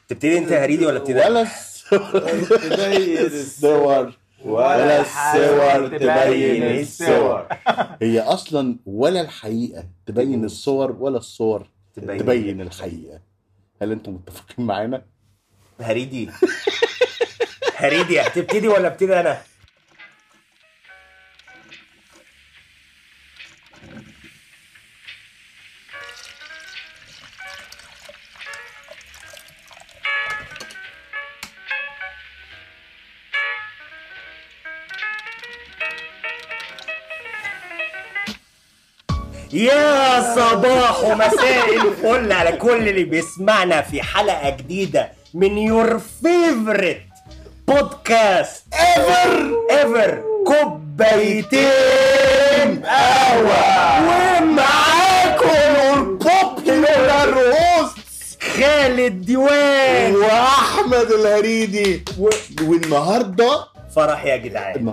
تبتدي انت يا هريدي ولا ابتدي ولا تبين الصور ولا الصور تبين الصور. هي اصلا ولا الحقيقه تبين الصور ولا الصور تبين الحقيقه. هل انتم متفقين معانا؟ هريدي هتبتدي ولا ابتدي انا؟ يا صباح ومساء الفل على كل اللي بيسمعنا في حلقة جديدة من يور فيفورت بودكاست ايفر كوبايتين قهوة. ومعاكم البوبيولار هوست خالد ديوان واحمد الهريدي والنهارده فرح يا جدعان.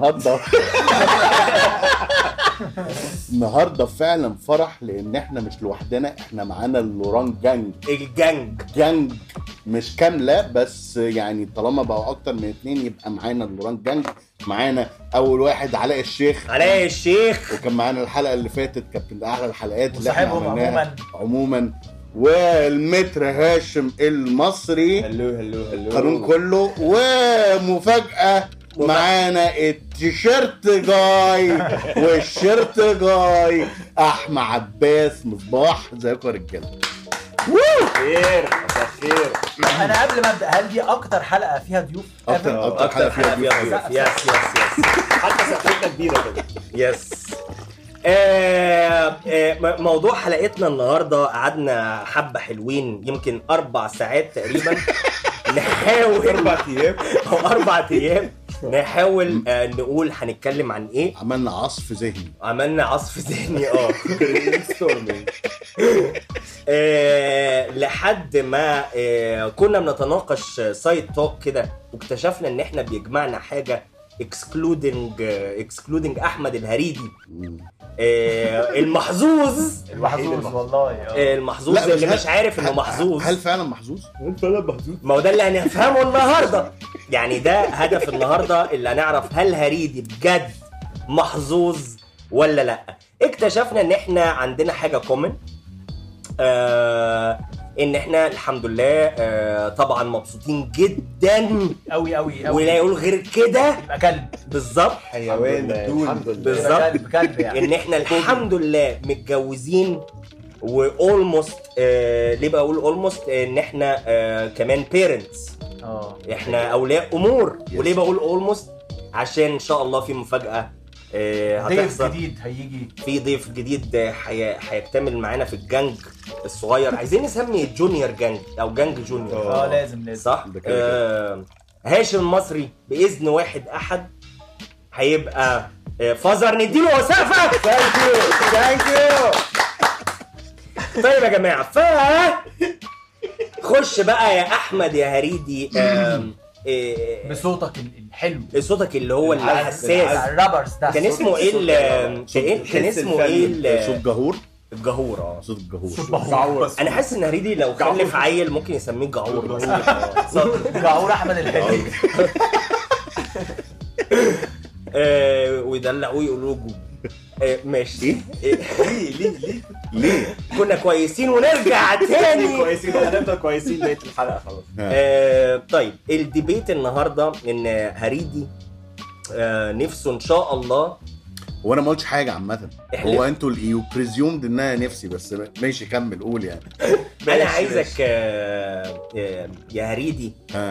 النهارده فعلا فرح لان احنا مش لوحدنا، احنا معانا اللوران جانج مش كامله، بس يعني طالما بقوا اكتر من 2 يبقى معانا اللوران جانج. معانا اول واحد علاء الشيخ وكان معانا الحلقه اللي فاتت، كانت من احلى الحلقات اللي احنا عملناها عموما. والمتر هاشم المصري هلو قانون كله. ومفاجأة معانا التيشيرت جاي والشيرت جاي احمد عباس مصباح. ازيكم يا رجاله؟ خير. انا قبل ما ابدا، هل دي اكتر حلقه فيها ضيوف؟ اكتر حلقه فيها ضيوف. يس حتى سقفتنا كبيره كده. يس. موضوع حلقتنا النهارده قعدنا حبه حلوين، يمكن 4 ساعات تقريبا نحاول 4 ايام نحاول نقول هنتكلم عن ايه. عملنا عصف ذهني لحد ما كنا بنتناقش سايد توك كده، واكتشفنا ان احنا بيجمعنا حاجه excluding احمد الهريدي. المحظوظ والله المحظوظ اللي مش عارف انه محظوظ. هل فعلا محظوظ؟ ما هو ده اللي هنفهمه النهارده. يعني ده هدف النهارده، اللي هنعرف هل هريدي بجد محظوظ ولا لا. اكتشفنا ان احنا عندنا حاجه كومن، ان احنا الحمد لله طبعا مبسوطين جدا قوي ولا يقول غير كده يبقى كلب بالظبط، حيوان بالظبط كلب يعني. ان احنا الحمد لله متجوزين واولموست ليه بقول اولموست؟ ان احنا كمان بيرنتس، احنا اولياء امور. وليه بقول اولموست؟ عشان ان شاء الله في مفاجأة ضيف جديد هيجي، في ضيف جديد هيكتمل معانا في الجانج الصغير. عايزين نسمي جونيور جانج او جانج جونيور. لازم صح. هاشم المصري باذن واحد احد هيبقى فازر. نديله وسقفه. ثانك يو. طيب يا جماعه، خش بقى يا احمد يا هريدي بصوتك الحلو، صوتك اللي هو الحساس، الرابرز ده. كان اسمه كان اسمه ايه؟ صوت جهور. الجهور. صوت الجهور. انا حاسس ان هريدي لو خلف عيل ممكن يسميه جهور. جهور احمد الهادي. ويدلعوه يقولوا جو. ماشي. ليه كنا كويسين ونرجع تاني كويسين، هنفضل كويسين بقية الحلقة خلاص. طيب الديبيت النهارده ان هريدي نفسه ان شاء الله. وانا ما قلتش حاجه عامه، هو انتوا اللي بريزيومد انها نفسي، بس ماشي كمل قول يعني. انا عايزك يا هريدي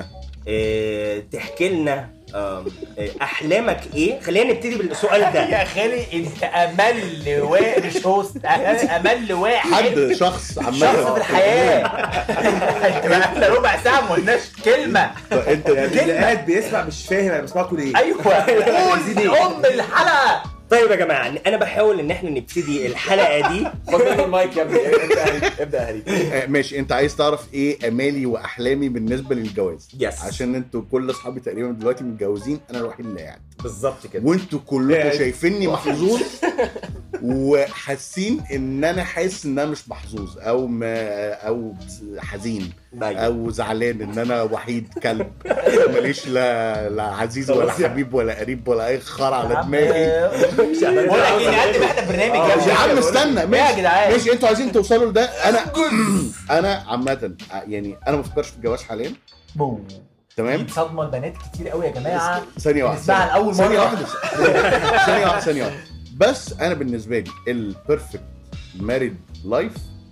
تحكي لنا احلامك ايه. خلينا نبتدي بالسؤال ده. يا خالي انت امل واحد، مش هوست، امل واحد، حد شخص في الحياه. احنا ربع ساعه ما قلناش كلمه. انت اللي قاعد بيسمع مش فاهم انا بسمعكم ليه. ايوه قول الحلقه. طيب يا جماعه، انا بحاول ان احنا نبتدي الحلقه دي. خد المايك يا ابني، ابدا هريدي. ماشي. انت عايز تعرف ايه امالي واحلامي بالنسبه للجواز؟ عشان انتوا كل اصحابي تقريبا دلوقتي متجوزين، انا الوحيد اللي قاعد بالظبط كده، وانتوا كلكم شايفيني محظوظ وحاسين ان انا حاسس ان انا مش محظوظ او حزين او زعلان ان انا وحيد كلب ماليش لا عزيز ولا حبيب ولا قريب ولا اي خرا على دماغي. بقول لك ايه نقدم احنا برنامج يا عم استنى يا جدعان ماشي انتوا عايزين توصلوا لده. انا عامه يعني انا ما بفكرش في الجواز حاليا تمام. دي صدمه البنات كتير قوي يا جماعه. ثانيه واحده نسمعها لاول مره. ثانيه واحده بس انا بالنسبه لي البيرفكت ماريد لايف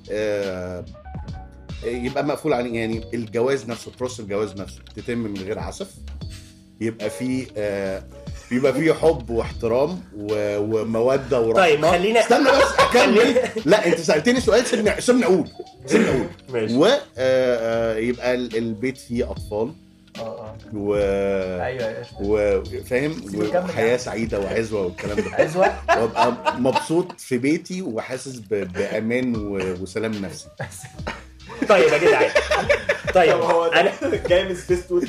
يبقى مقفول عليه. يعني الجواز نفسه بروسس الجواز نفسه تتم من غير عسف، يبقى فيه حب واحترام وموده ورحمه. طيب خلينا استنى بس اكمل. لا انت سالتني سؤال سيبني اقول ماشي. ويبقى البيت فيه اطفال ايوه وفاهم وحياه سعيده وعزوه والكلام ده. عزوه وابقى مبسوط في بيتي وحاسس بامان وسلام نفسي. طيب يا جدعان طيب انا جاي من سبيس تون.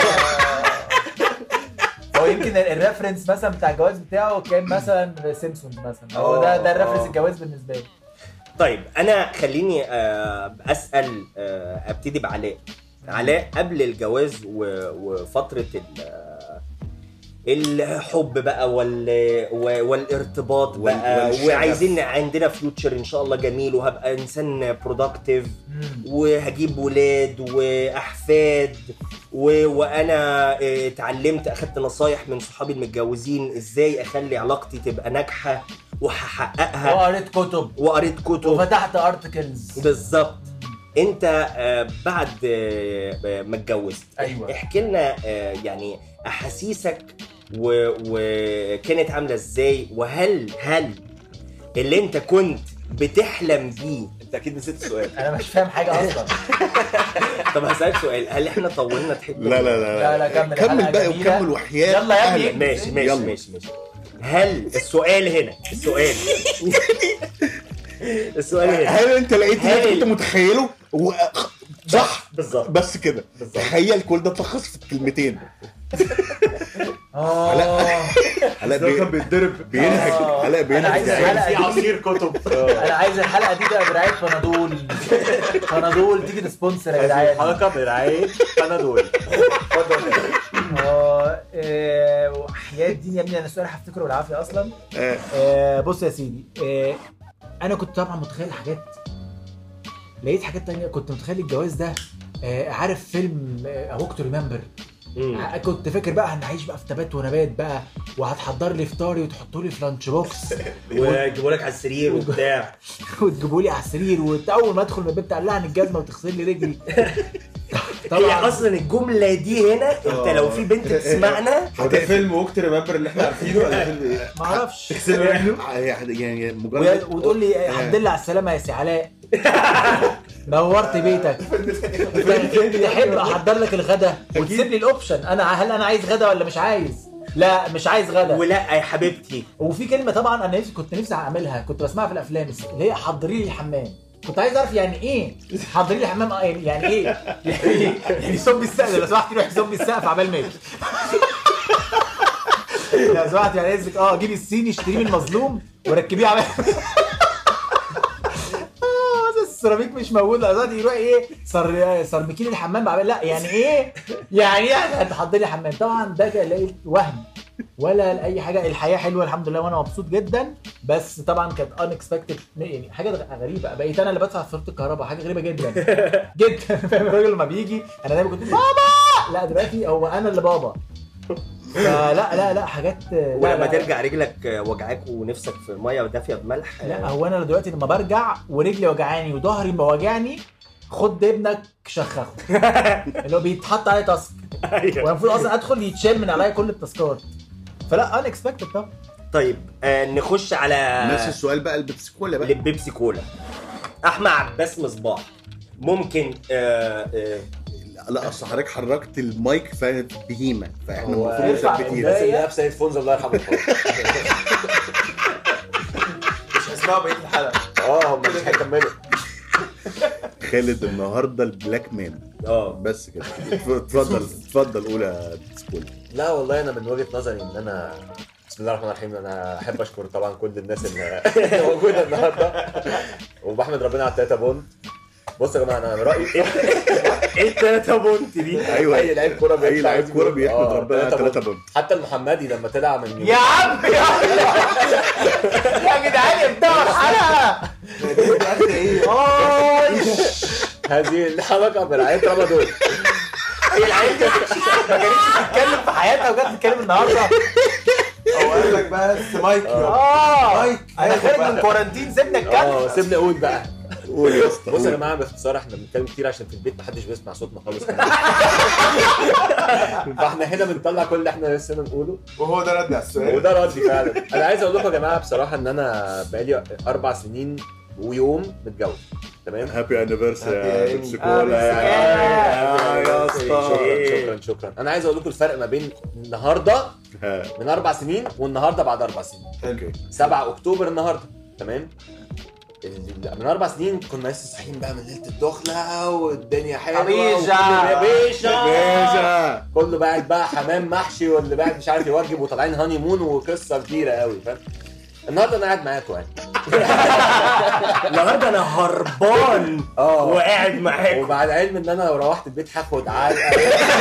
هو يمكن الريفرنس مثلا بتاع الجواز بتاعه كان مثلا سيمسون مثلا. هو ده الريفرنس الجواز بالنسبه لي. طيب انا خليني اسال ابتدي بعلاء. علاء قبل الجواز وفتره الحب بقى والارتباط بقى وعايزين عندنا فيوتشر ان شاء الله جميل وهبقى انسان برودكتيف وهجيب ولاد واحفاد وانا اتعلمت اخدت نصايح من صحابي المتجوزين ازاي اخلي علاقتي تبقى ناجحه وهحققها. وقريت كتب وفتحت ارتكلز. بالظبط. انت بعد ما اتجوزت أيوة. احكي لنا يعني احاسيسك وكانت عامله ازاي، وهل اللي انت كنت بتحلم بيه؟ انت اكيد نسيت السؤال. انا مش فاهم حاجه اصلا. طب هسألك سؤال، هل احنا طولنا تحب؟ لا كمل بقى وكمل وحياه. يلا يا ابني. ماشي. هل السؤال هنا السؤال هنا هل انت لقيت اللي كنت متخيله صح بالظبط بس كده؟ تخيل كل ده تلخص في كلمتين. علاء كان بيتضرب بينهج. علاء بينهج. انا عايز الحلقه في عصير كتب. انا عايز الحلقه دي تبقى برعايه بنادول تيجي تسبونسر يا جدعان. الحلقه برعايه بنادول. اتفضل. وحياة دين يا ابني انا السؤال هفتكره بالعافيه اصلا. بص يا سيدي، انا كنت طبعا متخيل حاجات، لقيت حاجات تانية. كنت متخيل الجواز ده عارف فيلم ووك تو ريمبر. كنت فاكر بقى هنعيش بقى في تبات ونبات بقى، وهتحضر لي فطاري وتحطوا لي في لانش بوكس وتجيبوا لك على السرير وبتاع وتجيبوا لي على السرير، واول ما ادخل من البيت تقلعني الجزمه وتغسل لي رجلي. هي اصلا الجمله دي هنا انت لو في بنت تسمعنا ده فيلم ووك تو ريمبر اللي احنا عارفينه ولا فيلم ايه؟ ما اعرفش. يعني مجرد وتقول لي الحمد لله على السلامه يا سي علاء، نورت بيتك. تحب احضر لك الغدا وتسيب لي الاوبشن، هل انا عايز غدا ولا مش عايز؟ لا مش عايز غدا. ولا يا حبيبتي. وفي كلمه طبعا انا كنت نفسي اعملها، كنت بسمعها في الافلام اللي هي حضري لي الحمام. كنت عايز اعرف يعني ايه حضري لي الحمام. يعني ايه يعني صب السقف لو سمحت روح صب السقف عبال ما لو سمحت يعني اذنك جيبي الصيني اشتريه من المظلوم وركبيه عبال السيراميك مش موجود دلوقتي يروح سيراميكين الحمام بعمل. لا يعني ايه هتحضري حمام. طبعا ده لقيت وهم ولا لاي حاجه. الحياه حلوه الحمد لله وانا مبسوط جدا، بس طبعا كانت unexpected يعني حاجه غريبه. بقيت انا اللي بدفع فاتوره الكهرباء، حاجه غريبه جدا جدا. فاهم الراجل لما بيجي انا دايما كنت بابا، لا دلوقتي هو انا اللي بابا. لا حاجات. ولما ترجع رجلك وجعاك ونفسك في ميه ودافيه بملح. لا هو انا دلوقتي لما برجع ورجلي وجعاني وظهري مواجعني، خد ابنك شخخه اللي هو بيتحط عليه تاسك. والمفروض اصلا ادخل يتشال من عليا كل التاسكات. فلا unexpected طبعا. طيب نخش على نفس السؤال بقى. البيبسي كولا. احمد عباس مصباح ممكن لا اصل حضرتك حركت المايك فانت بهيمه، فاحنا المفروض مثبتين الناس اللي في سيد فونز الله يرحمه. مش هسمعوا بقيه الحلقه. هم مش هيكملوا. خالد النهارده البلاك مان. بس كده. اتفضل قول يا سكول. لا والله انا من وجهه نظري ان انا بسم الله الرحمن الرحيم. انا احب اشكر طبعا كل الناس اللي موجوده النهارده وبحمد ربنا على 3 بونت. بصوا يا جماعه انا رايي ايه 3 بونت دي؟ ايوه اي لعيب كوره اي لعيب كوره بيحمد ربنا على 3 بونت. حتى المحمدي لما طلع من يا عم يا جدعان ابدأوا الحلقه. هذه الحلقه برعايه رمضان. العيال دي ما كانتش تتكلم في حياتها وجت تتكلم النهارده. هو قال لك بس مايك مايك انا خارج من كورانتين سيبنا نتكلم. سيبني اقول بقى. قول يا اسطى. بصوا يا جماعه باختصار احنا بنتكلم كتير عشان في البيت محدش بيسمع صوتنا خالص. فاحنا هنا بنطلع كل اللي احنا لسه بنقوله وهو ده رد على السؤال وده ردي فعلا. انا عايز اقول لكم يا جماعه بصراحه ان انا بقالي 4 سنين ويوم متجوز. تمام. هابي انيفرساري يا بيبسي كولا. كولا يا اسطى. شكرا. انا عايز اقول لكم الفرق ما بين النهارده من 4 سنين والنهارده بعد 4 سنين. اوكي 7 اكتوبر النهارده. تمام. من 4 سنين كنا لسه صاحيين بقى من ليله الدخله والدنيا حلوه يا باشا كله قاعد بقى حمام محشي واللي قاعد مش عارف يوجب وطالعين هاني مون وقصه كبيره قوي فاهم. النهارده انا قاعد معاكم يعني. النهارده انا هربان وقاعد معاكم وبعد علم ان انا لو روحت البيت هاخد علقه.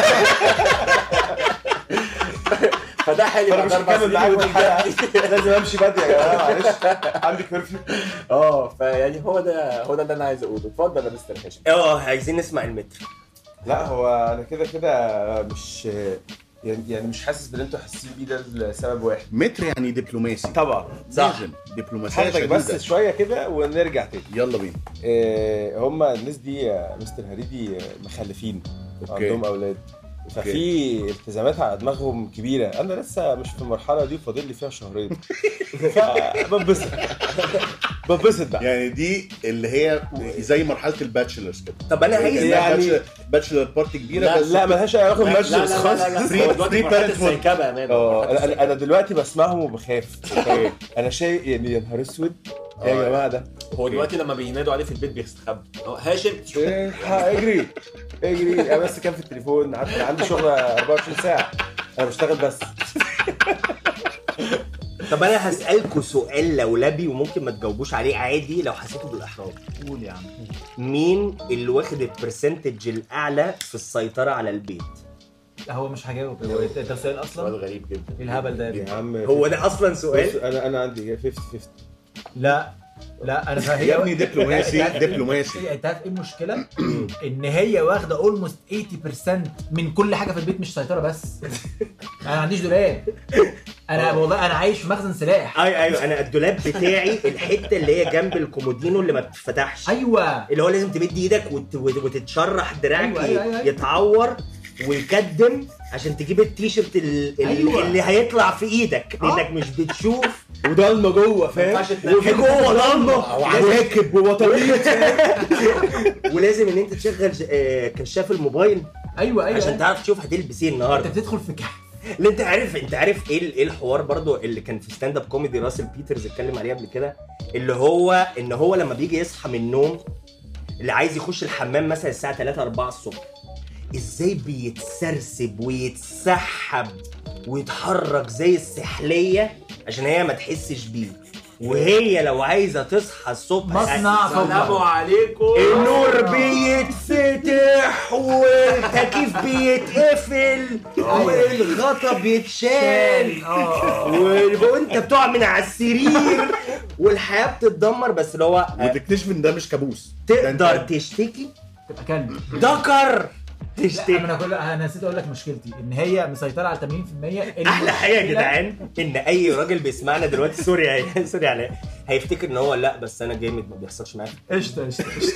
فده حلو بعد 4 سنين لازم امشي بدري يا جماعه معلش عندي كرفيو. فيعني هو ده اللي انا عايز اقوله. اتفضل يا مستر هاشم. عايزين نسمع المتر. لا هو انا كده مش يعني مش حاسس باللي انتوا حاسين بيه ده لسبب واحد. متر يعني دبلوماسي طبعا صح. دبلوماسيه حضرتك بس شويه كده ونرجع تاني. يلا بينا. هما الناس دي مستر هريدي مخلفين عندهم اولاد ففي التزامات على دماغهم كبيره. انا لسه مش في المرحله دي فاضل لي فيها 2 شهر ببسط بقى. يعني دي اللي هي زي مرحله الباتشلرز كده. طب انا عايز يعني باتشلر بارتي كبيره. لا بس لا مالهاش علاقه بالباتشلرز خالص. فري بارنت انا دلوقتي بسمعهم وبخاف. انا شايف يعني يا نهار اسود يا جماعه ده. هو دلوقتي لما بينادوا عليه في البيت بيستخبى. هاشم اجري انا بس كان في التليفون. عارف عندي شغل 24 ساعه انا بشتغل بس. طب انا هسألكوا سؤال لولبي وممكن ما تجاوبوش عليه عادي لو حسيتوا بالاحراج. قول يا عم. مين اللي واخد البرسنتج الاعلى في السيطره على البيت؟ هو مش هجاوب. هو ده سؤال اصلا سؤال غريب جدا. ايه الهبل ده يا عم هو ده اصلا سؤال. انا عندي 50-50. لا انا يا ابني دبلوماسي دبلوماسي. انت عارف ايه المشكله؟ ان هي واخده اولموست 80% من كل حاجه في البيت مش سيطره بس. انا ما عنديش دولاب. انا والله انا عايش في مخزن سلاح. ايوه انا الدولاب بتاعي الحته اللي هي جنب الكومودينو اللي ما بتفتحش. ايوه اللي هو لازم تمد ايدك وتتشرح دراعك. أيوة. يتعور ويكدم عشان تجيب التيشيرت اللي هيطلع في ايدك لانك مش بتشوف وضلمه جوه فاهم. وفي جوه ضلمه وعواكب وبطاريات. ولازم ان انت تشغل كشاف الموبايل. ايوه عشان تعرف تشوف هتلبس ايه النهارده. انت بتدخل في كهف. اللي انت عارف ايه الحوار برضو اللي كان في ستاند اب كوميدي راسل بيترز اتكلم عليه قبل كده. اللي هو ان هو لما بيجي يصحى من النوم اللي عايز يخش الحمام مثلا الساعه 3 4 الصبح ازاي بيتسرسب ويتسحب ويتحرك زي السحليه عشان هي ما تحسش بيه. وهي لو عايزه تصحى الصبح مصنع سلام عليكم النور بيتفتح والتكييف بيتقفل والغطا بيتشال وانت بتقع من على السرير والحياه بتتدمر. بس اللي هو وتكتشف ان ده مش كابوس. تقدر تشتكي تبقى كلب دكر تشتكي. انا نسيت اقول لك مشكلتي ان هي مسيطره على 80%. احلى حاجه يا جدعان ان اي راجل بيسمعنا دلوقتي سوري عليه هيفتكر ان هو لا بس انا جامد ما بيحصلش معايا. قشطه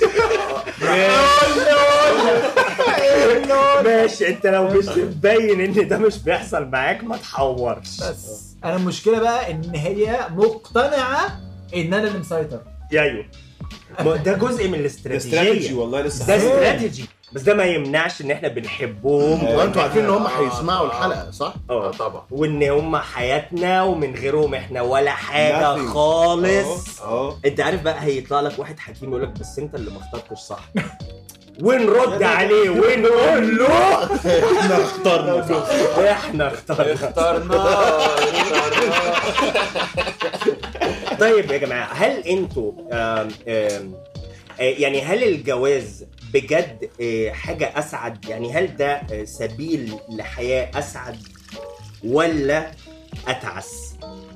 ماشي. انت لو مش مبين ان ده مش بيحصل معاك ما تحورش. بس انا المشكله بقى ان هي مقتنعه ان انا اللي مسيطر. ايوه ده جزء من الاستراتيجيه والله لسه ده استراتيجي. بس ده ما يمنعش ان احنا بنحبهم. وانتوا عارفين ان هم هيسمعوا الحلقه صح؟ طبعا. وان هم حياتنا ومن غيرهم احنا ولا حاجه خالص. انت عارف بقى هيطلع لك واحد حكيم يقول لك بس انت اللي ما اخترتش صح. ونرد عليه ونقول له احنا اخترنا. طيب يا جماعه، هل انتوا يعني هل الجواز بجد حاجه اسعد؟ يعني هل ده سبيل لحياه اسعد ولا اتعس؟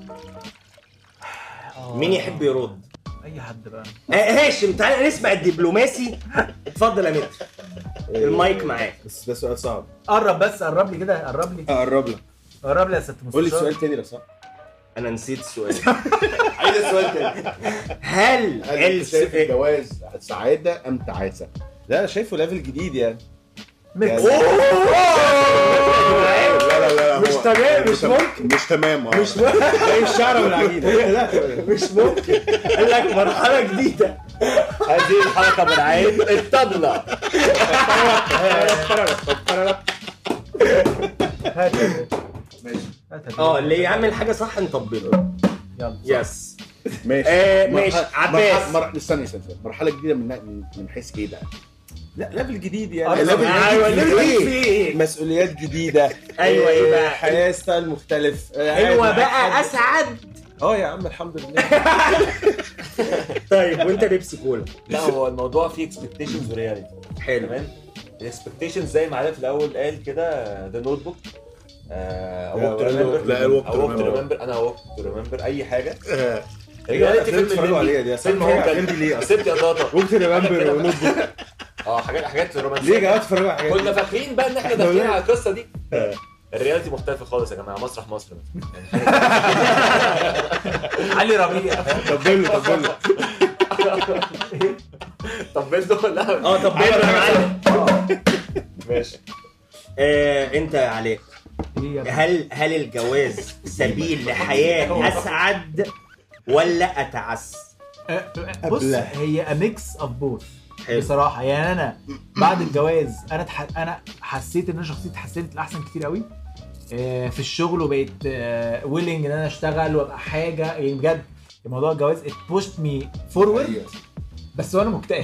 مين يحب يرد؟ اي حد بقى. هاشم تعالى نسمع الدبلوماسي. اتفضل يا متر، المايك معاك. بس ده سؤال صعب. قرب لي كده، قرب لي يا ست مستشار. قول لي السؤال تاني لو صح. انا نسيت السؤال. عايز السؤال تاني. هل شايف الجواز سعاده ام تعاسه؟ لا انا شايفه ليفل جديد يعني. لا مش تمام، مش تمام مش زي الشعره والعجينه. لا مش ممكن. قال لك مرحله جديده. هذه الحلقه من عين الطبله. اللي يعمل حاجه صح نطبله. يلا يس ماشي. عباس استنى مرحله جديده من حيث ايه ده؟ لا ليفل جديد يعني. ليفل مسؤوليات جديده. ايوه ايه بقى؟ حياه ستايل مختلف. ايوه بقى اسعد. يا عم الحمد لله. طيب وانت بيبسي كولا؟ لا هو الموضوع فيه اكسبكتيشنز ورياليتي. حلو. تمام. الاكسبكتيشنز زي ما علاء في الاول قال كده، ذا نوت بوك، وقت ريمبر، انا وقت ريمبر اي حاجه. رجعت فيلم اتفرجوا عليها دي. فيلم هو كان ليه سبت يا طاطا وقت ريمبر ونوت بوك. حاجات رومانسيه. ليه جاي اتفرجوا على حاجات؟ كنا فاكرين بقى ان احنا داخلين على القصه دي. الرياليتي مختلفه خالص يا جماعه. مسرح مصر علي ربيع. طبلته لا طبلته يا معلم. ماشي. انت يا علي، هل الجواز سبيل لحياه اسعد ولا اتعس؟ بص هي ميكس اوف بوث بصراحه. يعني انا بعد الجواز انا حسيت ان انا شخصيتي اتحسنت لاحسن كتير قوي في الشغل، وبقيت ويلنج ان انا اشتغل وابقى حاجه. يعني بجد موضوع الجواز it pushed me forward. بس وانا مكتئب.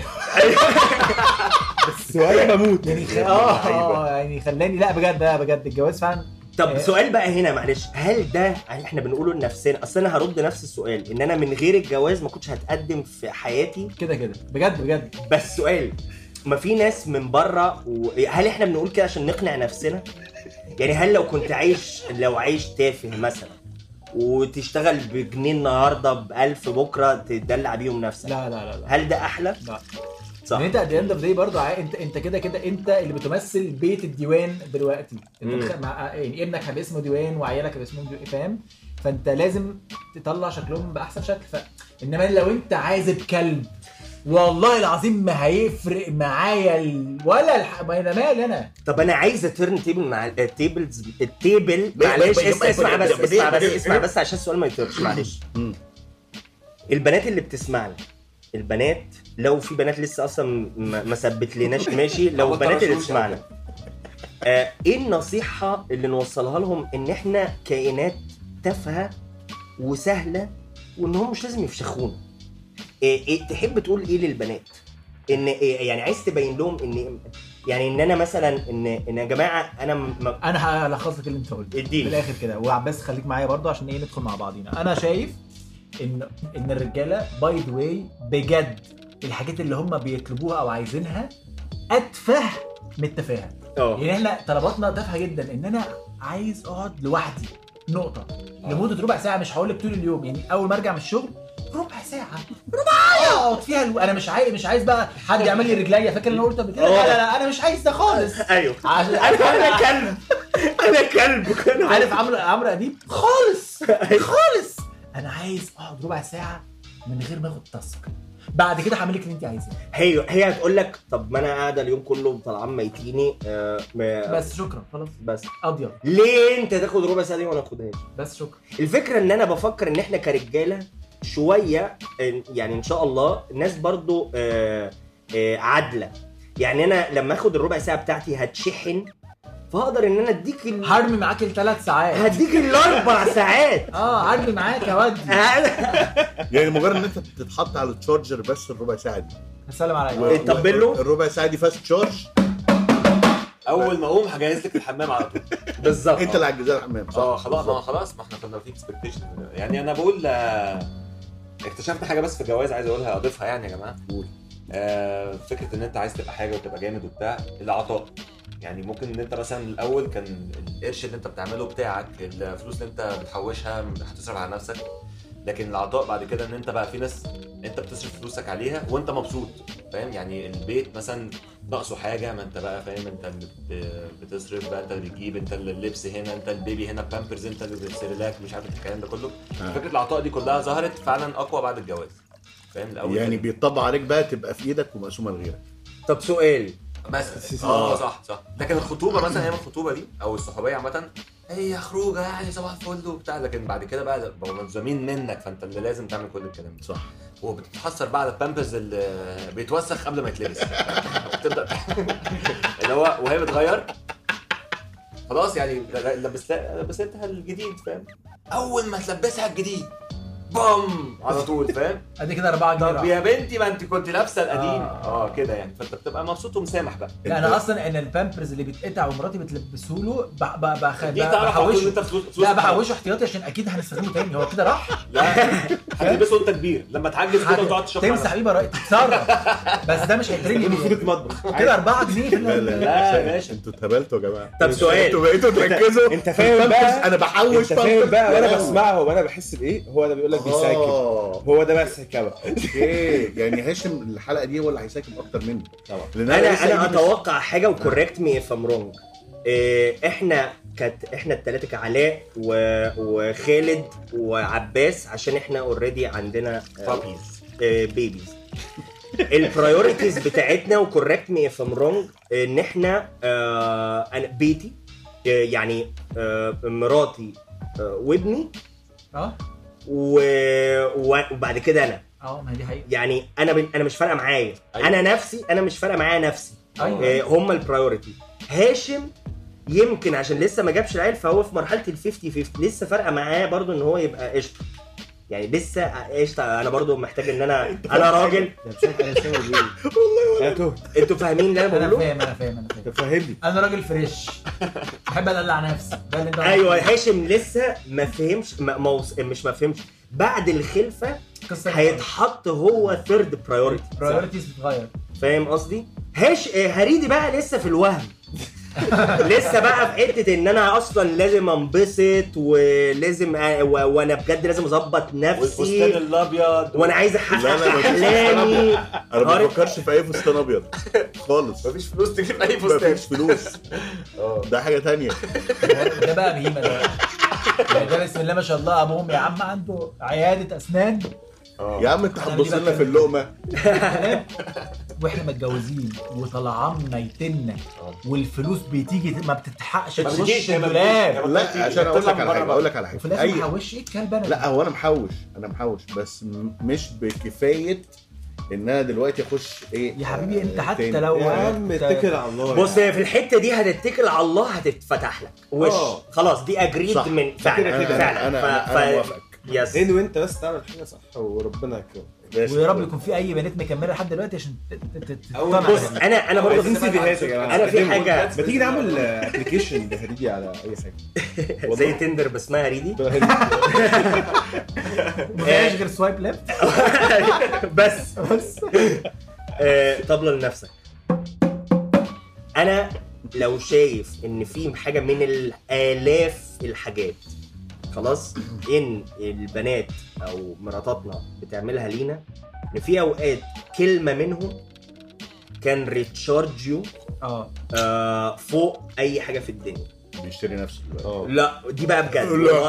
بس وانا بموت يعني يعني خلاني لا بجد الجواز فعلا. طب سؤال بقى هنا معلش، هل ده احنا بنقوله لنفسنا؟ اصل انا هرد نفس السؤال، ان انا من غير الجواز ما كنتش هتقدم في حياتي كده بجد. بس سؤال، ما في ناس من بره هل احنا بنقول كده عشان نقنع نفسنا؟ يعني هل لو كنت عايش تافه مثلا وتشتغل بجنيه النهارده ب1000 بكره تدلع بيهم نفسك، لا هل ده احلى؟ لا صح. انت at the end of the day برضه انت كده انت اللي بتمثل بيت الديوان دلوقتي. انت يعني ابنك هيبقى اسمه ديوان وعيالك هيبقى اسمهم ديوان، فاهم؟ فانت لازم تطلع شكلهم باحسن شكل. انما لو انت عازب كلب والله العظيم ما هيفرق معايا ولا انا مالي انا. طب انا عايز اترن تيبل مع التيبل معلش. اسمع بس عشان السؤال ما يطيرش معلش. البنات اللي بتسمعنا، البنات لو في بنات لسه اصلا ما ثبت لناش ماشي، لو البنات اللي بتسمعنا ايه النصيحه اللي نوصلها لهم ان احنا كائنات تافهه وسهله وان هم مش لازم يفشخونا؟ إيه تحب تقول ايه للبنات؟ ان يعني عايز تبين لهم ان يعني ان انا مثلا ان يا جماعه انا هلخص لك اللي انت قلته في الاخر كده، وعباس خليك معايا برضه عشان ندخل مع بعضينا. انا شايف ان الرجاله باي ذا واي بجد الحاجات اللي هم بيطلبوها او عايزينها اتفه من التفاهه. يعني احنا طلباتنا تافهه جدا، ان انا عايز اقعد لوحدي نقطه لمده ربع ساعه، مش هقول لك طول اليوم، يعني اول ما ارجع من الشغل ربع ساعه اقعد فيها انا مش عايز بقى حد يعمل لي رجليا. فاكر اللي انا قلت قبل كده؟ لا انا مش عايز ده خالص. ايوه انا كلب عارف عمرو اديب خالص. انا عايز اقعد ربع ساعه من غير ما اخد تاسك، بعد كده هعمل لك اللي انت عايزاه. هي هتقول لك طب ما انا قاعده اليوم كله طالعان ميتيني بس شكرا خلاص بس اضيع. ليه انت تاخد ربع ساعه دي وانا اخدهاش؟ بس شكرا. الفكره ان انا بفكر ان احنا كرجاله شويه يعني ان شاء الله الناس برضو عادله. يعني انا لما اخد الربع ساعه بتاعتي هتشحن، فاقدر ان انا اديك هرمي معاك ال3 ساعات، هديك ال4 ساعات. هرمي معاك يا ودي. يعني مجرد ان انت تتحط على التشارجر بس الربع ساعه دي سلام عليك. طبل له الربع ساعه دي فاست تشارج. اول ما اقوم هجهز لك الحمام على طول. بالظبط. انت اللي هتجهز الحمام صح. خلاص ما احنا كنا في اكسبكتيشن. يعني انا بقول اكتشفت حاجه بس في الجواز عايز اقولها اضيفها يعني يا جماعه. قول. فكره ان انت عايز تبقى حاجه وتبقى جامد وبتاع، العطاء. يعني ممكن ان انت مثلا الاول كان القرش اللي انت بتعمله بتاعك، الفلوس اللي انت بتحوشها هتصرف على نفسك، لكن العطاء بعد كده ان انت بقى في ناس انت بتصرف فلوسك عليها وانت مبسوط، فاهم؟ يعني البيت مثلا ناقصه حاجه، ما انت بقى فاهم، انت اللي بتصرف بقى، انت اللي بتجيب، انت اللي اللبس هنا، انت البيبي هنا بامبرز، انت اللي السيريلاك، مش عارف الكلام ده كله. فكره العطاء دي كلها ظهرت فعلا اقوى بعد الجواز، فاهم؟ الاول يعني بيطبق عليك بقى تبقى في ايدك ومقسومه لغيرك. طب سؤال مثلا صح لكن الخطوبه مثلا، ايام الخطوبه دي او الصحوبيه عامه هي خروجه يعني صباح الفل وبتاع، لكن بعد كده بقى ملزمين منك، فانت اللي لازم تعمل كل الكلام ده. صح. وبتتحسر بقى على البامبرز اللي بيتوسخ قبل ما يتلبس. بتبدا اللي هو وهي بتغير خلاص يعني لبستها الجديد، فاهم؟ اول ما تلبسها الجديد بام على طول، فاهم؟ ادي كده 4 جنيه. طب يا بنتي ما انت كنت لابسه القديم. كده يعني، فانت بتبقى مبسوط ومسامح بقى. لا انا اصلا ان البامبرز اللي بيتقطع ومراتي بتلبسه له بحوشه احتياطي عشان اكيد هنستخدمه تاني. هو كده راح. لا هتلبسه وانت كبير لما تعجز كده وتقعد تشرب تمسح بيه براءه تتصرف، بس ده مش هيترمي المفروض المطبخ كده 4 جنيه في لا يا باشا انتوا اتهبلتوا يا جماعه. طب سؤال، انتوا بقيتوا تركزوا. انت فاهم بقى؟ انا بحوش انت فاهم بقى وانا بسمعه وانا بحس بايه؟ هو ده بيقول لك بيساكن، هو ده بقى السكابه. اوكي يعني هاشم الحلقه دي هو اللي هيساكن اكتر مني طبعا. انا اتوقع حاجه وكوركت مي اف ام رونج. احنا الثلاثه كعلاء وخالد وعباس، عشان احنا اوريدي عندنا بيبيز. البرايورتيز بتاعتنا وكوركت مي اف ام رونج ان احنا انا بيتي يعني مراتي وابني وبعد كده انا ما دي حقيقة. يعني انا مش فارقه معايا. أيوة. انا نفسي انا مش فارقه معايا نفسي. أيوة. هم البرايورتي. هاشم يمكن عشان لسه ما جابش العيل فهو في مرحله ال50-50 لسه فارقه معاه برضو ان هو يبقى قشطه، يعني لسه قشطه. انا برضو محتاج ان انا راجل. والله انتوا فاهمين اللي انا بقوله؟ انا فاهم تفهمني. انا راجل فريش بحب ادلع نفسي. ده اللي انت ايوه. هاشم لسه ما فهمش مش ما فهمش بعد الخلفه هيتحط هو ثيرد برايورتيز بتتغير، فاهم قصدي؟ هريدي بقى لسه في الوهم. لسه بقى في حته ان انا اصلا لازم انبسط ولازم وانا بجد لازم اظبط نفسي والفستان الابيض وانا عايز احقق احلامي. انا ما بفكرش في اي فستان ابيض خالص. مفيش فلوس تجيب اي فستان. مفيش فلوس. ده حاجه تانية. ده بقى بهيمه ده بسم الله ما شاء الله. ابوهم يا عم عنده عياده اسنان. يا عم انت هتبص لنا في اللقمه واحنا متجوزين وطلعان ميتنا والفلوس بتيجي ما بتتحقش تخش الدولاب. لا عشان اقول لك على حاجه وفي الاخر محوش ايه الكلب. انا لا هو انا محوش بس مش بكفايه ان انا دلوقتي اخش ايه يا حبيبي. انت حتى لو يا عم اتكل على الله. بص في الحته دي هتتكل على الله هتتفتح لك وش خلاص. دي اجريد من فعلا. انا موافقك. يس انت وانت بس تعمل حاجه صح وربنا يكرمك. ويا رب يكون في اي بنات مكمله لحد دلوقتي عشان بص انا برضه في فيديوهات يا جماعه. انا في حاجه ما تيجي نعمل ابلكيشن بهريدي على اي حاجه زي تندر بس اسمها هريدي. مفيش غير سوايب ليفت بس طبلة لنفسك. انا لو شايف ان في حاجه من الالاف الحاجات خلاص ان البنات او مراتاتنا بتعملها لينا، ان في اوقات كلمه منهم كان ريتشارجيو فوق اي حاجه في الدنيا. بيشتري نفسه لا دي بقى بجد.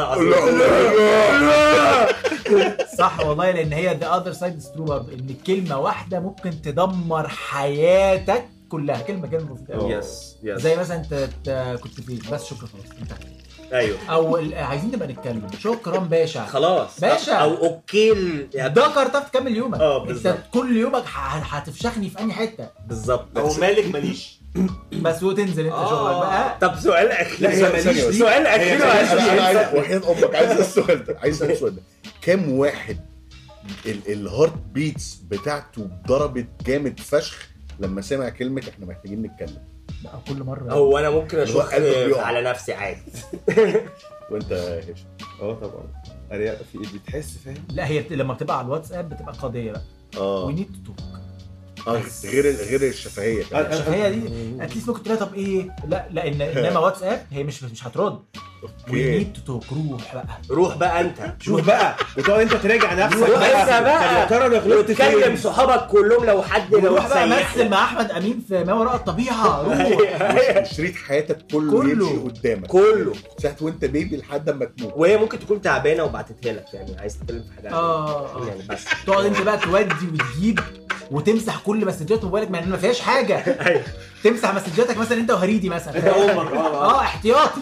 صح والله. لان هي the other side is true برضه، ان كلمه واحده ممكن تدمر حياتك كلها. كلمه يس زي مثلا انت كنت فين بس شكرا خلاص انت. ايوه. او عايزين نبقى نتكلم شكرا باشا خلاص باشا او اوكي ده تعرف تكمل يومك. انت كل يومك هتفشخني في انهي حته بالظبط. او مالك ماليش بس وتنزل انت شغلك بقى. طب سؤال اخير. سؤال اخير. انا عايز وحيد امك عايز السؤال ده. عايز السؤال ده. كم واحد الهارت بيتس بتاعته ضربت جامد فشخ لما سمع كلمه احنا محتاجين نتكلم. بقى كل مره هو انا ممكن اشوف على نفسي عادي. وانت هشام؟ طبعا ارياء في ايدي تحس فاهم. لا هي لما بتبقى على الواتساب بتبقى قضيه بقى. وي نيد تو توك. غير الشفهيه. الشفهيه دي اتليست ممكن تقولها طب ايه. لا انما واتساب هي مش هترد. وي نيد تو توك. روح بقى انت شوف بقى بتقعد انت تراجع نفسك بقى يا ترى انا غلطت فين. تكلم صحابك كلهم لو حد روح بقى مثل مع احمد امين في ما وراء الطبيعه. روح شريط حياتك كله يمشي قدامك كله ساعه وانت بيبي لحد ما تموت. وهي ممكن تكون تعبانه وبعتتها لك يعني عايز تتكلم في حاجه يعني بس تقعد انت بقى تودي وتجيب وتمسح كل مسجات موبايلك مع ان ما فيهاش حاجه. تمسح مسجاتك مثلا انت وهريدي مثلا انت امك احتياطي.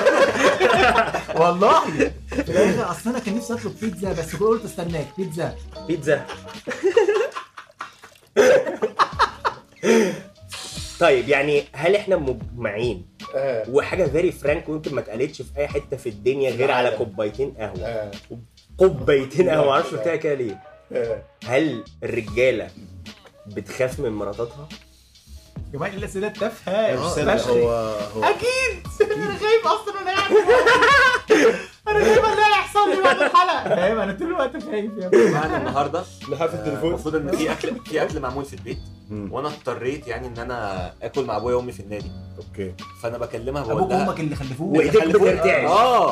والله اصل انا كان نفسي اطلب بيتزا بس قلت استناك. بيتزا طيب يعني هل احنا مجمعين وحاجه فيري فرانك ويمكن ما اتقالتش في اي حته في الدنيا غير على كوبايتين قهوه. كوبايتين قهوه معرفش قلتها كده ليه. هل الرجاله بتخاف من مراتاتها؟ يا جماعه الاسئله التافهه. هو اكيد انا خايف اصلا. انا خايف اللي هيحصل لي بعد الحلقه. فاهم انا طول الوقت خايف يا ابني. معنا النهارده لحد التليفون المفروض ان في اكل معمول في البيت وانا اضطريت يعني ان انا اكل مع ابويا وامي في النادي. اوكي. فانا بكلمها بقول ابوك لها وامك اللي خلفوك وايديك بترتعش.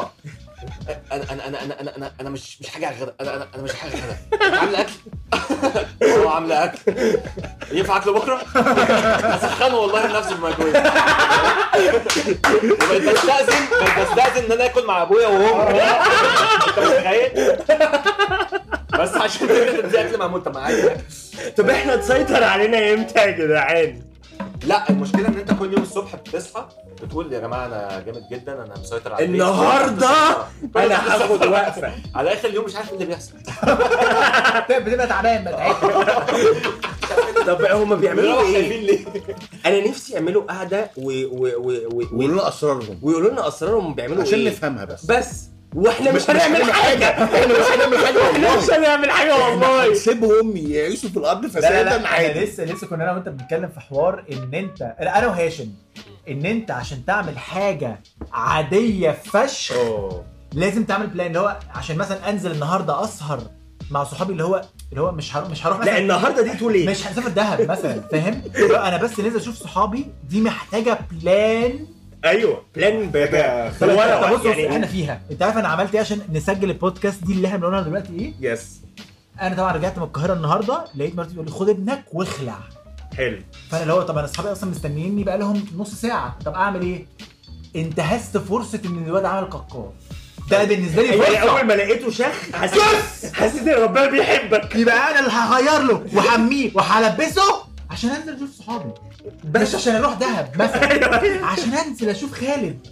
انا مش حاجه على الغدا. انا مش حاجه على الغدا. عامله اكل. عامله اكل. ينفع اكله بكره؟ اسخنه والله لنفسي بالميكرويف. بقيت بستأذن ان انا اكل مع ابويا وامي. انت متخيل؟ بس عشان كده دي اكل معمول. طب عادي. طب احنا تسيطر علينا امتى يا جدعان؟ لا المشكله ان انت كل يوم الصبح بتصحى بتقول يا جماعه انا جامد جدا انا مسيطر على النهارده انا هاخد وقفه. على اخر اليوم مش عارف ايه اللي بيحصل. بتبقى تعبان بقى. طب هم بيعملوا ايه ليه؟ انا نفسي يعملوا قعده ويقولوا لنا اسرارهم بيعملوا عشان ايه نفهمها بس واحنا مش هنعمل حاجه. احنا مش هنعمل حاجه والله. سيبهم يعيشوا في الارض فسادا عادي. لسه كنا انا وانت بنتكلم في حوار ان انت انا وهاشم ان انت عشان تعمل حاجه عاديه فشخ لازم تعمل بلان. اللي هو عشان مثلا انزل النهارده اسهر مع صحابي اللي هو مش هروح لا النهارده دي تقول ايه مش هسافر دهب مثلا. فاهم؟ انا بس نازل اشوف صحابي دي محتاجه بلان. ايوه بلان بص يعني احنا فيها. انت عارف انا عملت ايه عشان نسجل البودكاست دي اللي احنا بنقولها دلوقتي ايه؟ يس. انا طبعا رجعت من القاهره النهارده لقيت مراتي بتقول لي خد ابنك واخلع. حلو. فانا اللي هو طب انا اصحابي اصلا مستنييني بقى لهم نص ساعه. طب اعمل ايه؟ انتهزت فرصه ان الواد عمل قكار. ده بالنسبه لي فرصه. اول ما لقيته شخ حسيت ان ربنا بيحبك. يبقى انا اللي هغير له وحميه وهلبسه عشان انزل اشوف صحابي مش عشان اروح دهب مثلا. عشان انزل اشوف خالد.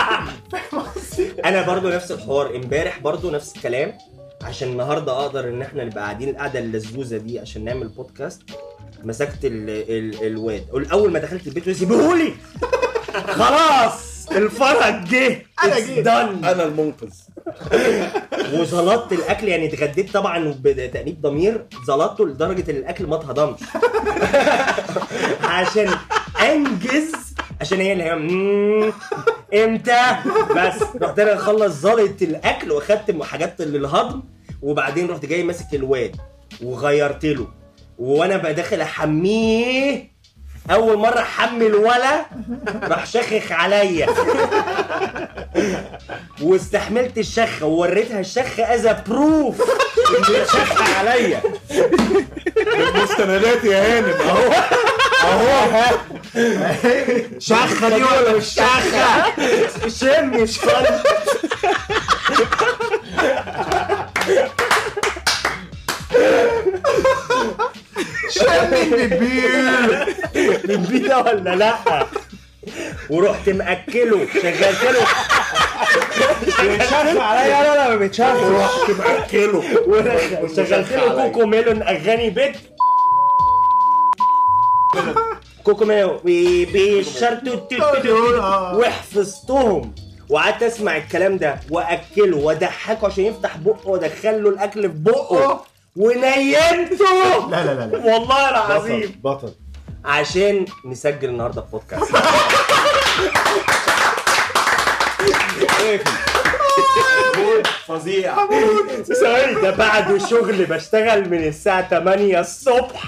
انا برضو نفس الحوار. امبارح برضو نفس الكلام عشان النهارده اقدر ان احنا نبقى قاعدين القعده اللذوذه دي عشان نعمل بودكاست. مسكت الواد اول ما دخلت البيت وسيبهولي خلاص الفرج جه. انا جيت انا المنقذ. وزلطت الاكل يعني اتغديت طبعا بتأنيب ضمير. زلطته لدرجه ان الاكل ما اتهضمش عشان انجز. عشان هي اللي هي امتى بس رحت انا اخلص زلط الاكل واخدت حاجات للهضم وبعدين رحت جاي ماسك الواد وغيرت له وانا بقى داخل احميه. اول مره احمل ولا راح شخخ عليا واستحملت الشخه ووريتها الشخه از بروف ان شخ عليا. المستندات يا هانم اهو شخه دي ولا مش شخه؟ شم مش فن. شامين بالبيرة ولا لا؟ ورحت مأكله شغلت له بيتشاف عليا. لا ما بيتشاف. ورحت مأكله وشغلت له كوكو ميلون اغاني بيت كوكو ميلون بيشرتوا وحفظتهم وقعدت اسمع الكلام ده واكله وادحكه عشان يفتح بقه وادخله الاكل في بقه ونيمته. لا لا لا, لا. والله العظيم بطل عشان نسجل النهارده بودكاست. فظيع. ثواني ده بعد شغل بشتغل من الساعة 8 الصبح.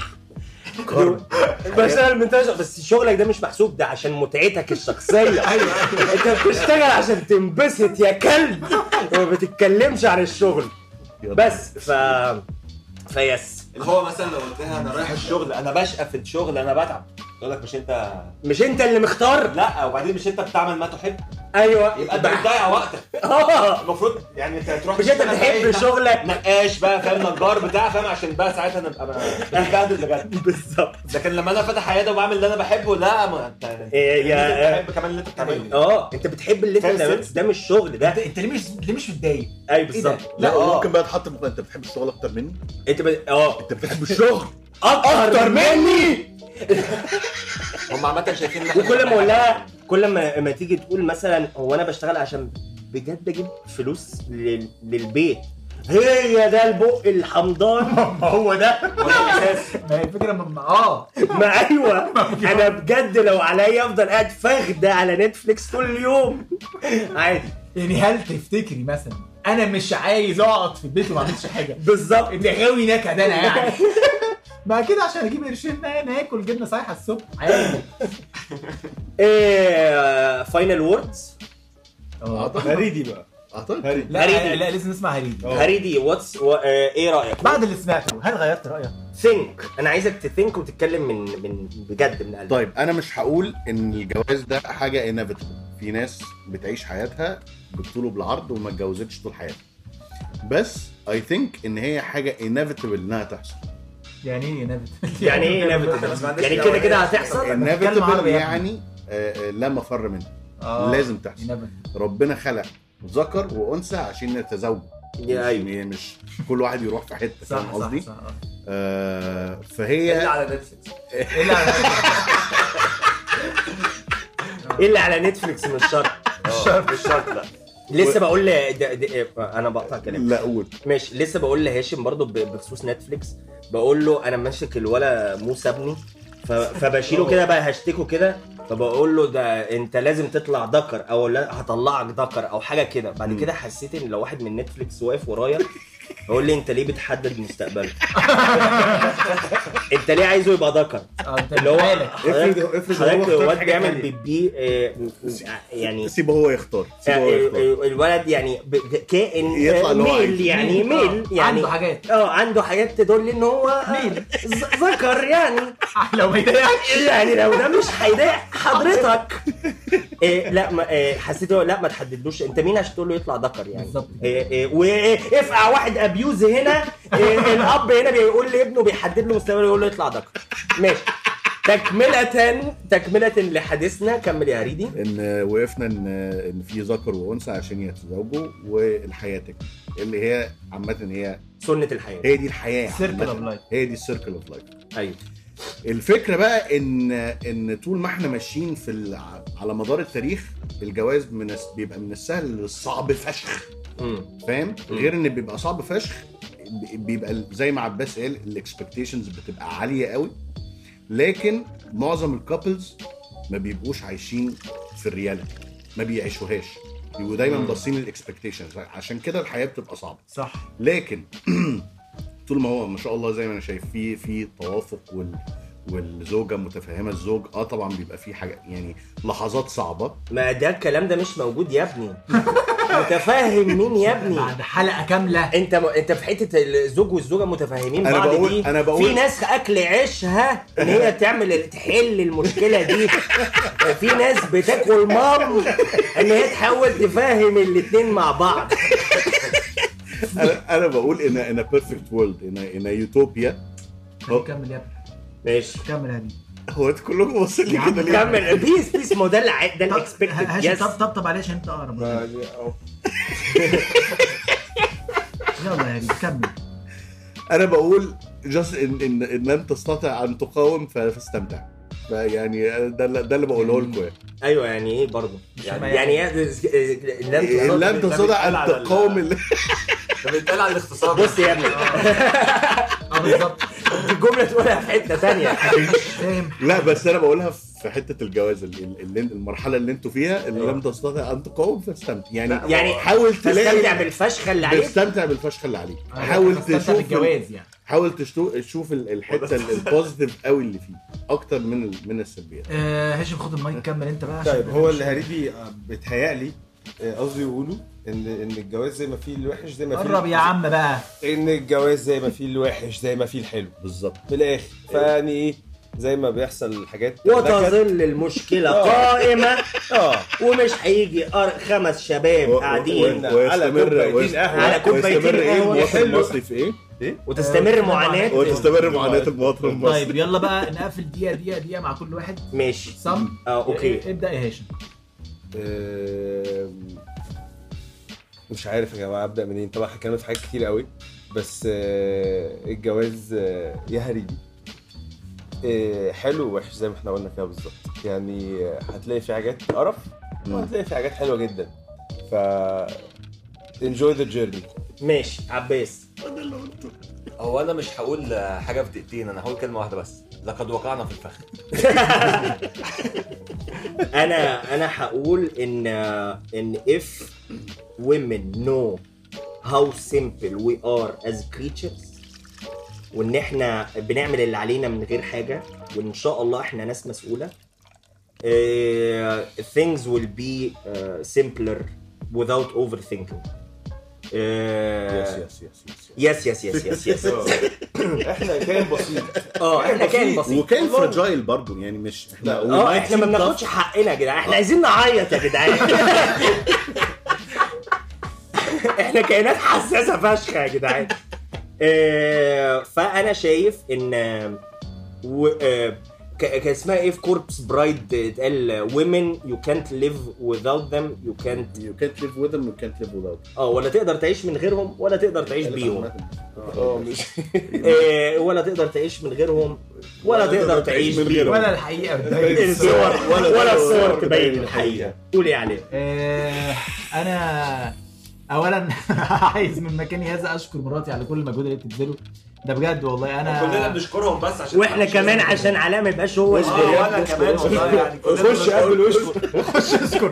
بشتغل من 8 بس شغلك ده مش محسوب، ده عشان متعتك الشخصية. انت بتشتغل عشان تنبسط يا كلب وما بتتكلمش عن الشغل بس. فيس اللي هو مثلا لو قلت لها انا رايح الشغل انا بشقى في الشغل انا بتعب، تقول لك مش انت اللي مختار. لا وبعدين مش انت بتعمل ما تحب. ايوه يبقى انت بتضيع وقتك. المفروض يعني انت تروح مش انت بتحب شغلك نقاش بقى فاهم، نجار بتاع فاهم، عشان بقى ساعتها نبقى بنتبهدل بجد. بالظبط. لكن لما انا فاتح عياده وبعمل اللي انا بحبه لا ما انت بتحب كمان اللي انت بتعمله. انت بتحب اللي انت بتعمله، ده مش شغل ده. انت ليه مش متضايق؟ ايوه بالظبط. لا ممكن بقى تحط انت بتحب الشغل اكتر مني. انت انت بتحب الشغل اكتر مني. هم عامه شايفين وكل ما اقول لها كل ما تيجي تقول مثلا هو انا بشتغل عشان بجد اجيب فلوس للبيت، هي ده البق الحمضان. هو ده الاساس. ما هي الفكره ما ايوه انا بجد لو عليا افضل قاعد فاخده على نتفليكس طول اليوم عادي. يعني هل تفتكري مثلا انا مش عايز اقعد في البيت وما اعملش حاجه بالظبط، اللي غاوي نكد انا يعني ما كده عشان اجيب قرشين ناكل جبنه سايحه الصبح عادي. فاينل ووردز. هريدي بقى. لا لازم نسمع هريدي. واتس ايه رايك بعد اللي سمعته؟ هل غيرت رايك؟ ثينك. انا عايزك تثينك وتتكلم من بجد من قلبك. طيب انا مش هقول ان الجواز ده حاجه انيفيتبل. في ناس بتعيش حياتها بالطول وبالعرض وما اتجوزتش طول حياتها، بس اي ثينك ان هي حاجه انيفيتبل انها تحصل. يعني ايه نافت؟ يعني ايه نافت؟ يعني كده هتحصل. انيفيتبل يعني لا مفر منه. لازم تحصل. ربنا خلق ذكر وانثى عشان يتزوجوا. يعني مش كل واحد يروح في حته. فاهم قصدي؟ فهي اللي على نتفليكس. اللي على نتفليكس مش شرط. مش شرط لا. لسه بقول انا بقطع كلام. لا قول. ماشي. لسه بقول لهاشم برضو بخصوص نتفليكس، بقول له انا ماسك الولا موسى ابني فبشيله كده بقى هشتكه كده، فبقول له ده انت لازم تطلع ذكر او لا هطلعك ذكر او حاجه كده. بعد كده حسيت ان لو واحد من نتفليكس واقف ورايا بقول لي انت ليه بتحدد مستقبله؟ انت ليه عايزه يبقى ذكر؟ اللي هو افرض هو الواد بيعمل بيبي يعني سيبه هو يختار. الولد يعني كائن ميل يعني ميل يعني عنده حاجات تدل ان هو ميل ذكر يعني. لو ما يضايقش يعني لو ده مش هيضايق حضرتك. لا حسيته لا ما تحددلوش انت مين عشان تقول له يطلع ذكر يعني. بالظبط. وافقع واحد ابيوز هنا. الاب هنا بيقول لابنه بيحدد له مستقبله يقول له يطلع ذكر. ماشي. تكملة لحديثنا. كمل يا هريدي. ان وقفنا ان في ذكر وانثى عشان يتزوجوا والحياه تكمل، اللي هي عامه هي سنة الحياة. هي دي الحياه. هي دي السيركل اوف لايف. ايوه. الفكره بقى ان طول ما احنا ماشيين على مدار التاريخ الجواز بيبقى من السهل للصعب فشخ. فاهم؟ غير ان بيبقى صعب فشخ، بيبقى زي ما عباس قال الاكسبكتيشنز بتبقى عاليه قوي، لكن معظم الكابلز ما بيبقوش عايشين في الرياليتي، ما بيعيشوهاش، بيبقوا دايما باصين للاكسبكتيشنز، عشان كده الحياه بتبقى صعبه. صح. لكن طول ما هو ما شاء الله زي ما انا شايف في توافق والزوجه متفهمه الزوج، طبعا بيبقى في حاجه يعني لحظات صعبه. ما ده الكلام ده مش موجود يا ابني. متفاهم مين يا ابني؟ بعد حلقه كامله انت في حته الزوج والزوجه متفاهمين بعض دي. أنا بقول في ناس اكل عيشها ان هي تحل المشكله دي. في ناس بتاكل مام ان هي تحاول تفهم الاثنين مع بعض. انا بقول ان perfect world in a utopia. كمل يا ابني. ماشي كمل هادي. هو انتوا كلكم باصين لي كده ليه؟ كمل بيس ما ده الاكسبكتد. يس طب عليه عشان انت اقرب. يلا يا هادي كمل. انا بقول جاست ان لن تستطيع ان تقاوم فاستمتع. يعني ده اللي بقوله لكم. ايوه يعني ايه برضه؟ يعني لن تستطيع ان تقاوم ده بيتقال على الاختصار. بص يا ابني بالظبط الجمله تقولها في حته ثانيه. فاهم. لا بس انا بقولها في حته الجواز اللي المرحله اللي انتوا فيها اللي لم تستطع ان تقاوم فاستمتع. يعني حاول تستمتع بالفشخه اللي عليك. تستمتع بالفشخه اللي عليك. حاول تشوف الجواز يعني. حاول تشوف الحته البوزيتيف قوي اللي فيه اكتر من السلبيات. هاشم خد المايك كمل انت بقى. طيب هو اللي هريدي بيتهيألي قصدي يقولوا ان الجواز زي ما فيه الوحش زي ما فيه قرب يا عم بقى. ان الجواز زي ما فيه الوحش زي ما فيه الحلو بالظبط من الاخر. فيعني ايه زي ما بيحصل حاجات وتظل المشكله قائمه ومش هيجي 5 شباب قاعدين على كوبايتين قهوه المواطن المصري في ايه وتستمر معاناه المواطن المصري. طيب يلا بقى نقفل دقيقه مع كل واحد. ماشي صم اوكي ابدا يا هاشم. مش عارف يا جماعه ابدا منين. طبعا اتكلمنا في حاجات كتير قوي بس الجواز يا هريدي حلو ووحش زي ما احنا قلنا كده بالظبط. يعني هتلاقي في حاجات قرف وهتلاقي في حاجات حلوه جدا. ف enjoy the journey. ماشي عباس. هو انا مش هقول حاجه في دقيقتين، انا هقول كلمه واحده بس. لقد وقعنا في الفخ. انا هقول ان if women know how simple we are as creatures وان احنا بنعمل اللي علينا من غير حاجه وان شاء الله احنا ناس مسؤوله, things will be simpler without overthinking. yes. احنا كائن بسيط. احنا كائن بسيط وكائن فراجايل برضو يعني مش احنا احنا ما بناخدش حقنا يا جدعان. احنا عايزين نعيط يا جدعان. احنا كائنات حساسه فشخه يا جدعان. فانا شايف ان كان اسمها ايه في كوربس برايد اتقال women you can't live without them you can't live with them you can't live without. ولا تقدر تعيش من غيرهم ولا تقدر تعيش بيهم. مش ولا تقدر تعيش من غيرهم ولا تقدر تعيش بيهم ولا الحقيقه الصور ولا الصور تبين الحقيقه. قول ايه عليه. انا اولا عايز من مكاني هذا اشكر مراتي على كل المجهود اللي بتبذله ده بجد والله. انا كلنا بنشكرهم بس عشان واحنا كمان عشان علاء ما يبقاش هو وانا كمان والله يعني خش قبل واشكر خش اشكر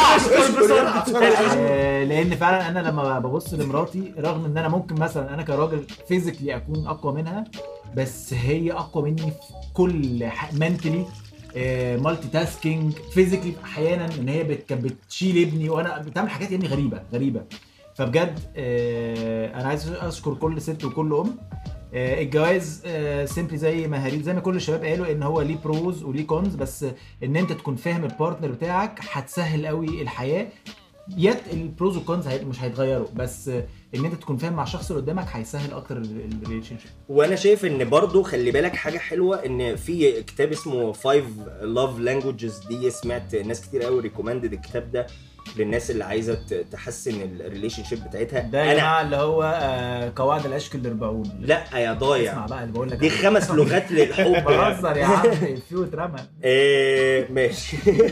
لان فعلا انا لما ببص لمراتي رغم ان انا ممكن مثلا انا كراجل فيزيكلي اكون اقوى منها بس هي اقوى مني في كل منتلي مالتي تاسكينج فيزيكلي احيانا ان هي كانت بتشيل ابني وانا بتعمل حاجات يعني غريبه. فبجد انا عايز اشكر كل ست وكل ام. الجواز سيمبلي زي ما هريد زي ما كل الشباب قالوا ان هو ليه بروز وليه كونز بس ان انت تكون فاهم البارتنر بتاعك هتسهل قوي الحياه. يت البروز والكونز مش هيتغيروا بس ان انت تكون فاهم مع الشخص اللي قدامك هيسهل اكتر الريليشن شيب. وانا شايف ان برضو خلي بالك حاجه حلوه ان في كتاب اسمه 5 love languages دي سمعت ناس كتير قوي ريكومندد الكتاب ده للناس اللي عايزه تحسن الريليشن شيب بتاعتها. ده انا اللي هو قواعد العشق ال40. لا يا ضايع اسمع بقى اللي بقول لك دي 5 لغات للحب. بهزر يا عم في اترمى. ماشي.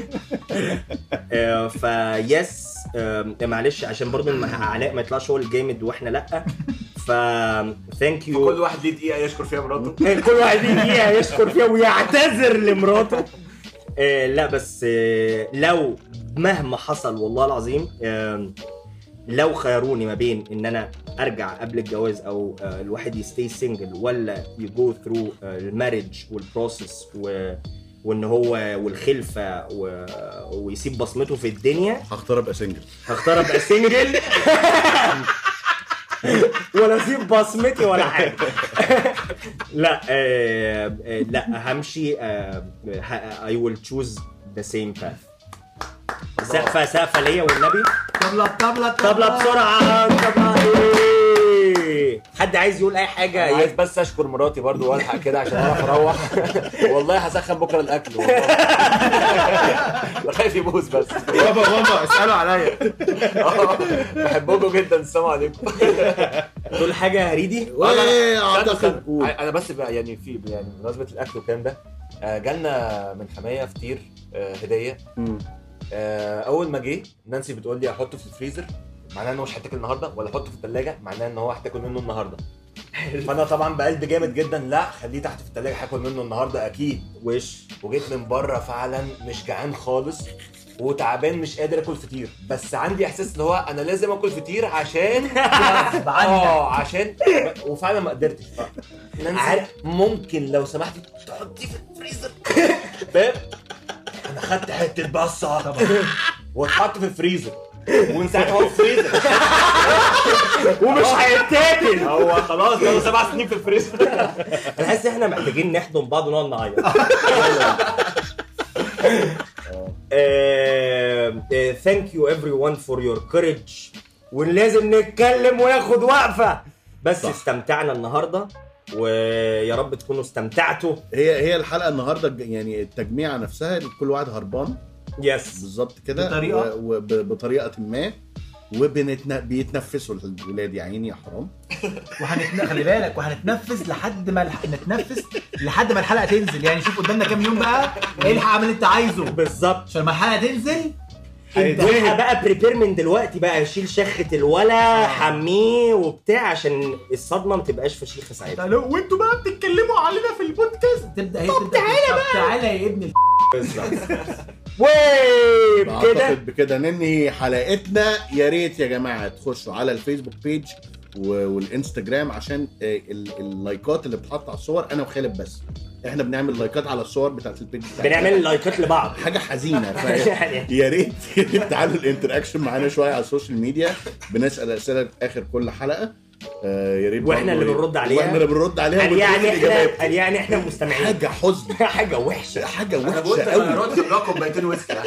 فيس معلش عشان برضو علاء ما يطلعش هو الجامد واحنا لا. ف ثانك يو. كل واحد ليه دقيقه يشكر فيها مراته. كل واحد ليه دقيقه يشكر فيها ويعتذر لمراته. لا بس لو مهما حصل والله العظيم لو خيروني ما بين ان انا ارجع قبل الجواز او الواحد يستي سينجل ولا يجو ثرو الماريج والبروسيس وان هو والخلفه ويسيب بصمته في الدنيا هختار ابقى سينجل. ولا اسيب بصمتي ولا حاجه. لا لا همشي I will choose the same path. سقفه ليا والنبي. طبلة بسرعه. حد عايز يقول اي حاجه؟ عايز بس اشكر مراتي برضو والحق كده عشان اعرف اروح. والله هسخن بكره الاكل خايف يبوظ بس. بابا اسالوا عليا. بحبكم جدا. السلام عليكم. تقول حاجه هريدي؟ انا بس يعني في يعني بمناسبه الاكل والكلام ده جالنا من حمايه فطير هديه. اول ما جه نانسي بتقول لي احطه في الفريزر معناه انه مش هتاكل النهارده، ولا احطه في الثلاجه معناه ان هو هتاكل منه النهارده. فانا طبعا بقلب جامد جدا، لا خليه تحت في الثلاجه هاكل منه النهارده اكيد. وجيت من بره فعلا مش جعان خالص وتعبان مش قادر اكل فطير، بس عندي احساس اللي هو انا لازم اكل فطير عشان عشان وفعلا ما قدرتش. عارف ممكن لو سمحتي تحطيه في الفريزر فاهم؟ انا خدت حته بصه واتحط في الفريزر ومن ساعتها هو في الفريزر ومش هيتاكل. هو خلاص بقى 7 سنين في الفريزر. انا حاسس احنا محتاجين نحضن بعض ونقعد نعيط. Thank you everyone for your courage. ولازم نتكلم وناخد وقفة. بس صح. استمتعنا النهاردة ويا رب تكونوا استمتعتوا. هي الحلقة النهاردة يعني التجميعة نفسها كل واحد هربان. يس بالظبط كده بطريقة ما وبيتنفسوا الولاد يا عيني يا حرام. خلي بالك وهنتنفس لحد ما الحلقة تنزل. يعني شوف قدامنا كام يوم بقى الحق اعمل انت عايزه بالظبط عشان ما الحلقة تنزل. الحق بقى بريبير من دلوقتي بقى، يشيل شخة الولا حميه وبتاع عشان الصدمة ما تبقاش فشيخة ساعتها. وانتوا بقى بتتكلموا علينا في البودكاست تبدأ هي تعالى يا ابن بالظبط. بكده ننهي حلقتنا. يا ريت يا جماعه تخشوا على الفيسبوك بيج والانستجرام عشان اللايكات اللي بتحط على الصور. انا وخالد بس احنا بنعمل لايكات على الصور بتاعت البيج بنعمل لايكات لبعض حاجه حزينه. يا ريت تعالوا الانتراكشن معانا شويه على السوشيال ميديا. بنسال اسئله اخر كل حلقه يا ريت واحنا اللي بنرد عليها يعني احنا مستمعين. حاجه حزن حاجه وحشه قوي. انا رد الرقم بيتين ويسكي.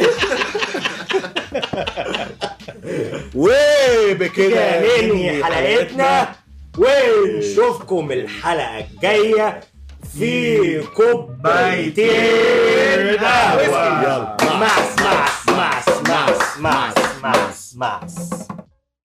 وبكده ننهي حلقتنا ونشوفكم الحلقه الجايه في كوبايتين قهوه. يلا مع